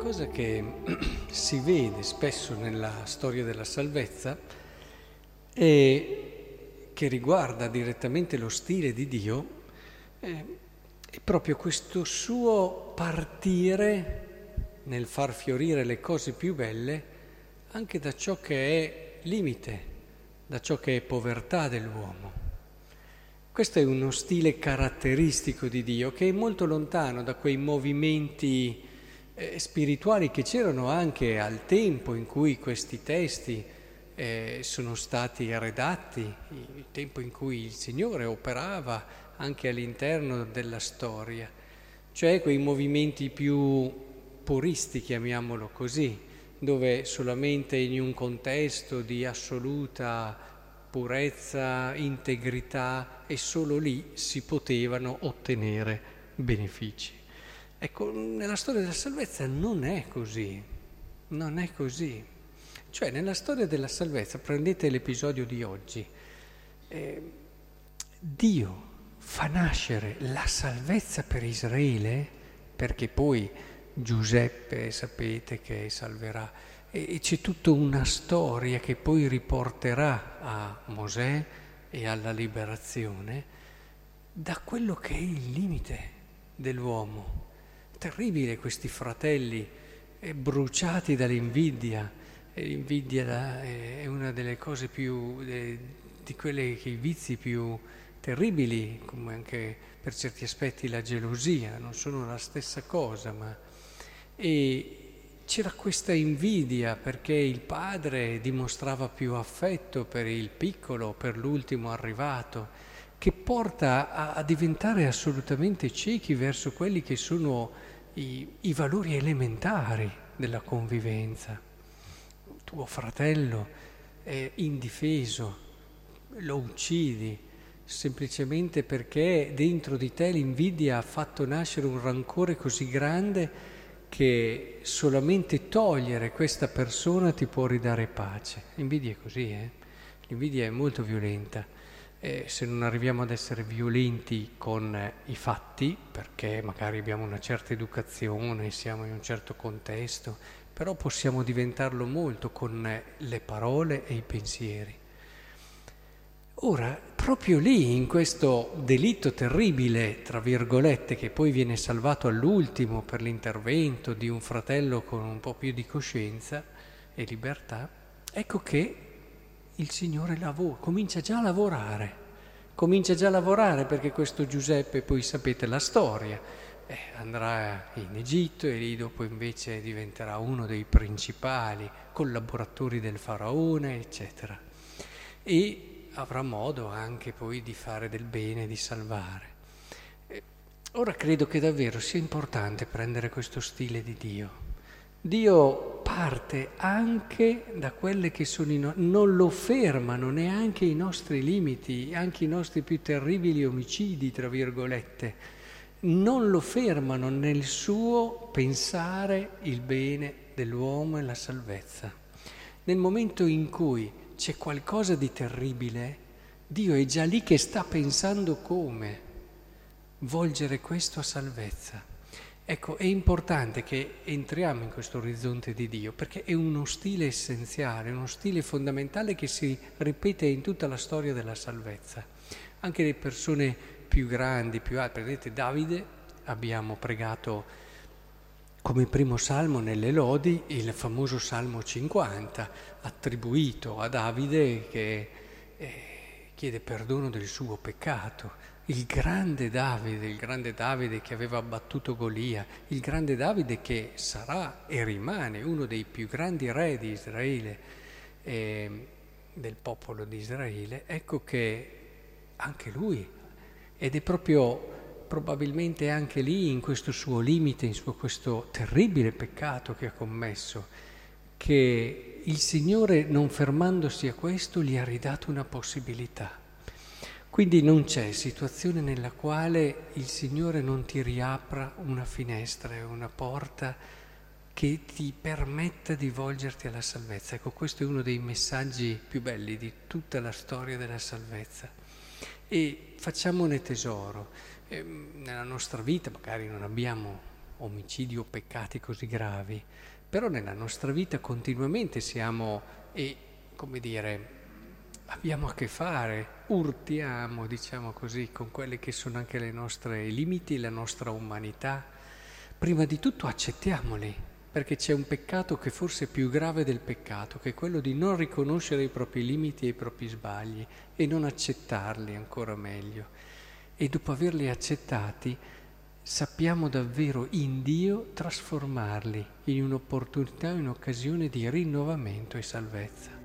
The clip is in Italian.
cosa che si vede spesso nella storia della salvezza e che riguarda direttamente lo stile di Dio è proprio questo suo partire nel far fiorire le cose più belle anche da ciò che è limite, da ciò che è povertà dell'uomo. Questo è uno stile caratteristico di Dio che è molto lontano da quei movimenti spirituali che c'erano anche al tempo in cui questi testi sono stati redatti, il tempo in cui il Signore operava anche all'interno della storia, cioè quei movimenti più puristi, chiamiamolo così, dove solamente in un contesto di assoluta purezza, integrità e solo lì si potevano ottenere benefici. Ecco, nella storia della salvezza non è così, non è così. Cioè nella storia della salvezza, prendete l'episodio di oggi, Dio fa nascere la salvezza per Israele, perché poi Giuseppe sapete che salverà, e c'è tutta una storia che poi riporterà a Mosè e alla liberazione da quello che è il limite dell'uomo. Terribile questi fratelli bruciati dall'invidia, e l'invidia è una delle cose più, di quelle che i vizi più terribili, come anche per certi aspetti la gelosia, non sono la stessa cosa, e c'era questa invidia perché il padre dimostrava più affetto per il piccolo, per l'ultimo arrivato, che porta a diventare assolutamente ciechi verso quelli che sono i valori elementari della convivenza. Tuo fratello è indifeso, lo uccidi semplicemente perché dentro di te l'invidia ha fatto nascere un rancore così grande che solamente togliere questa persona ti può ridare pace. L'invidia è così, L'invidia è molto violenta. Se non arriviamo ad essere violenti con i fatti, perché magari abbiamo una certa educazione, siamo in un certo contesto, però possiamo diventarlo molto con le parole e i pensieri. Ora, proprio lì, in questo delitto terribile, tra virgolette, che poi viene salvato all'ultimo per l'intervento di un fratello con un po' più di coscienza e libertà, ecco che il Signore comincia già a lavorare perché questo Giuseppe, poi sapete la storia, andrà in Egitto e lì dopo invece diventerà uno dei principali collaboratori del faraone, eccetera. E avrà modo anche poi di fare del bene, di salvare. Ora credo che davvero sia importante prendere questo stile di Dio. Dio parte anche da quelle che sono non lo fermano neanche i nostri limiti, anche i nostri più terribili omicidi, tra virgolette, non lo fermano nel suo pensare il bene dell'uomo e la salvezza. Nel momento in cui c'è qualcosa di terribile, Dio è già lì che sta pensando come volgere questo a salvezza. Ecco, è importante che entriamo in questo orizzonte di Dio, perché è uno stile essenziale, uno stile fondamentale che si ripete in tutta la storia della salvezza. Anche le persone più grandi, più alte, vedete Davide, abbiamo pregato come primo salmo nelle lodi il famoso Salmo 50, attribuito a Davide che chiede perdono del suo peccato. Il grande Davide che aveva abbattuto Golia, il grande Davide che sarà e rimane uno dei più grandi re di Israele, del popolo di Israele, ecco che anche lui, ed è proprio probabilmente anche lì, in questo suo limite, in questo terribile peccato che ha commesso, che il Signore, non fermandosi a questo, gli ha ridato una possibilità. Quindi non c'è situazione nella quale il Signore non ti riapra una finestra e una porta che ti permetta di volgerti alla salvezza. Ecco, questo è uno dei messaggi più belli di tutta la storia della salvezza. E facciamone tesoro. Nella nostra vita magari non abbiamo omicidi o peccati così gravi, però nella nostra vita continuamente siamo come dire, abbiamo a che fare, urtiamo, diciamo così, con quelli che sono anche i nostri limiti, la nostra umanità. Prima di tutto accettiamoli, perché c'è un peccato che forse è più grave del peccato, che è quello di non riconoscere i propri limiti e i propri sbagli e non accettarli, ancora meglio. E dopo averli accettati, sappiamo davvero in Dio trasformarli in un'opportunità, un'occasione di rinnovamento e salvezza.